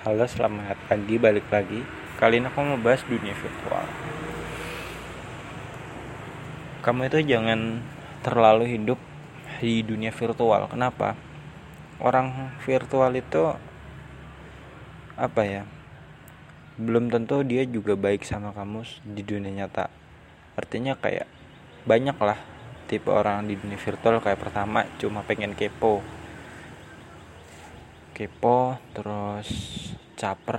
Halo, selamat pagi, balik lagi. Kali ini aku mau bahas dunia virtual. Kamu itu jangan terlalu hidup di dunia virtual. Kenapa? Orang virtual itu belum tentu dia juga baik sama kamu di dunia nyata. Artinya kayak banyak lah tipe orang di dunia virtual. Kayak pertama cuma pengen kepo, terus caper,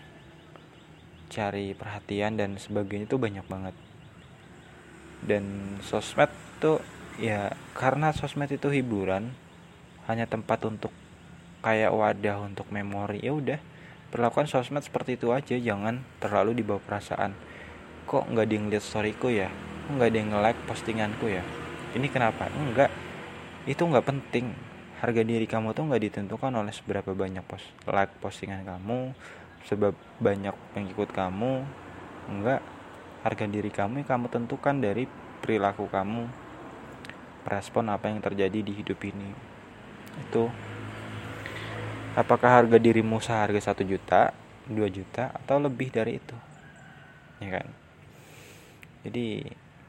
cari perhatian dan sebagainya, itu banyak banget. Dan sosmed tuh ya, karena sosmed itu hiburan, hanya tempat untuk kayak wadah untuk memori, ya udah perlakukan sosmed seperti itu aja. Jangan terlalu dibawa perasaan. Kok nggak ada yang lihat storyku ya, kok nggak ada yang nge-like postinganku ya, ini kenapa? Enggak, itu nggak penting. Harga diri kamu tuh nggak ditentukan oleh seberapa banyak like postingan kamu, sebab banyak pengikut kamu. Enggak, harga diri kamu yang kamu tentukan dari perilaku kamu, respon apa yang terjadi di hidup ini. Itu apakah harga dirimu seharga 1 juta, 2 juta, atau lebih dari itu, ya kan? Jadi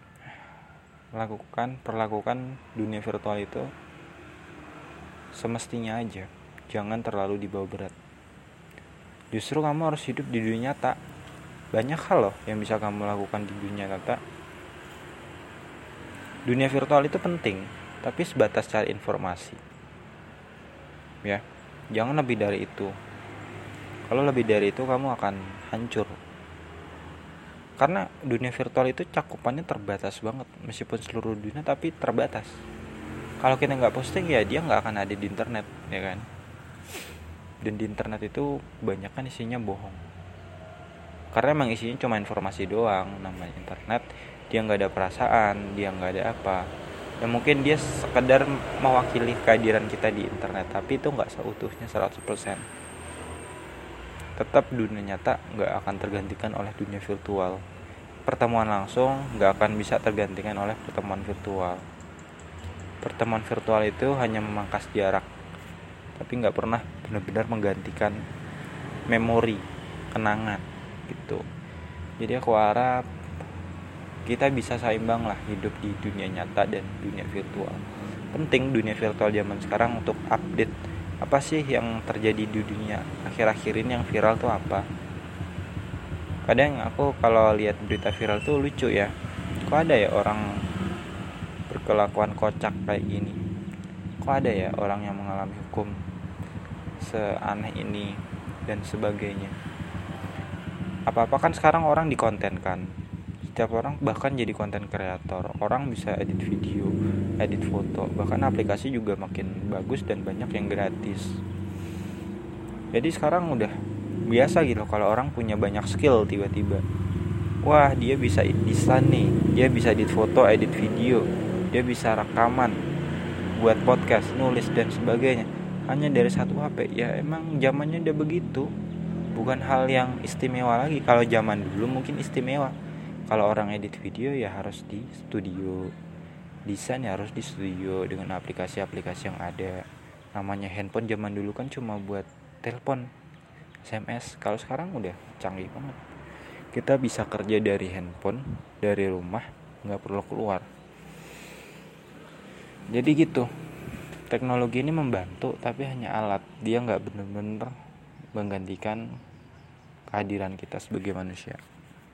perlakukan dunia virtual itu semestinya aja, jangan terlalu dibawa berat. Justru kamu harus hidup di dunia nyata. Banyak hal loh yang bisa kamu lakukan di dunia nyata. Dunia virtual itu penting, tapi sebatas cari informasi, ya. Jangan lebih dari itu. Kalau lebih dari itu kamu akan hancur. Karena dunia virtual itu cakupannya terbatas banget. Meskipun seluruh dunia, tapi terbatas. Kalau kita nggak posting, ya dia nggak akan ada di internet, ya kan? Dan di internet itu kebanyakan isinya bohong. Karena emang isinya cuma informasi doang. Namanya internet, dia nggak ada perasaan, dia nggak ada apa. Ya mungkin dia sekedar mewakili kehadiran kita di internet, tapi itu nggak seutuhnya 100%. Tetap dunia nyata nggak akan tergantikan oleh dunia virtual. Pertemuan langsung nggak akan bisa tergantikan oleh pertemuan virtual. Pertemuan virtual itu hanya memangkas jarak, tapi nggak pernah benar-benar menggantikan memori, kenangan gitu. Jadi aku harap kita bisa seimbang lah hidup di dunia nyata dan dunia virtual. Penting dunia virtual zaman sekarang untuk update apa sih yang terjadi di dunia akhir-akhir ini, yang viral tuh apa. Kadang aku kalau lihat berita viral tuh lucu ya, kok ada ya orang berkelakuan kocak kayak gini, kok ada ya orang yang mengalami hukum seaneh ini dan sebagainya. Apa-apa kan sekarang orang dikontenkan. Setiap orang bahkan jadi konten kreator. Orang bisa edit video, edit foto, bahkan aplikasi juga makin bagus dan banyak yang gratis. Jadi sekarang udah biasa gitu kalau orang punya banyak skill tiba-tiba. Wah, dia bisa desain nih, dia bisa edit foto, edit video, dia bisa rekaman, buat podcast, nulis dan sebagainya, hanya dari satu HP. Ya emang zamannya udah begitu. Bukan hal yang istimewa lagi. Kalau zaman dulu mungkin istimewa. Kalau orang edit video ya harus di studio, desain ya harus di studio dengan aplikasi-aplikasi yang ada. Namanya handphone zaman dulu kan cuma buat telepon, SMS. Kalau sekarang udah canggih banget. Kita bisa kerja dari handphone, dari rumah, nggak perlu keluar. Jadi gitu. Teknologi ini membantu, tapi hanya alat. Dia nggak benar-benar menggantikan kehadiran kita sebagai manusia.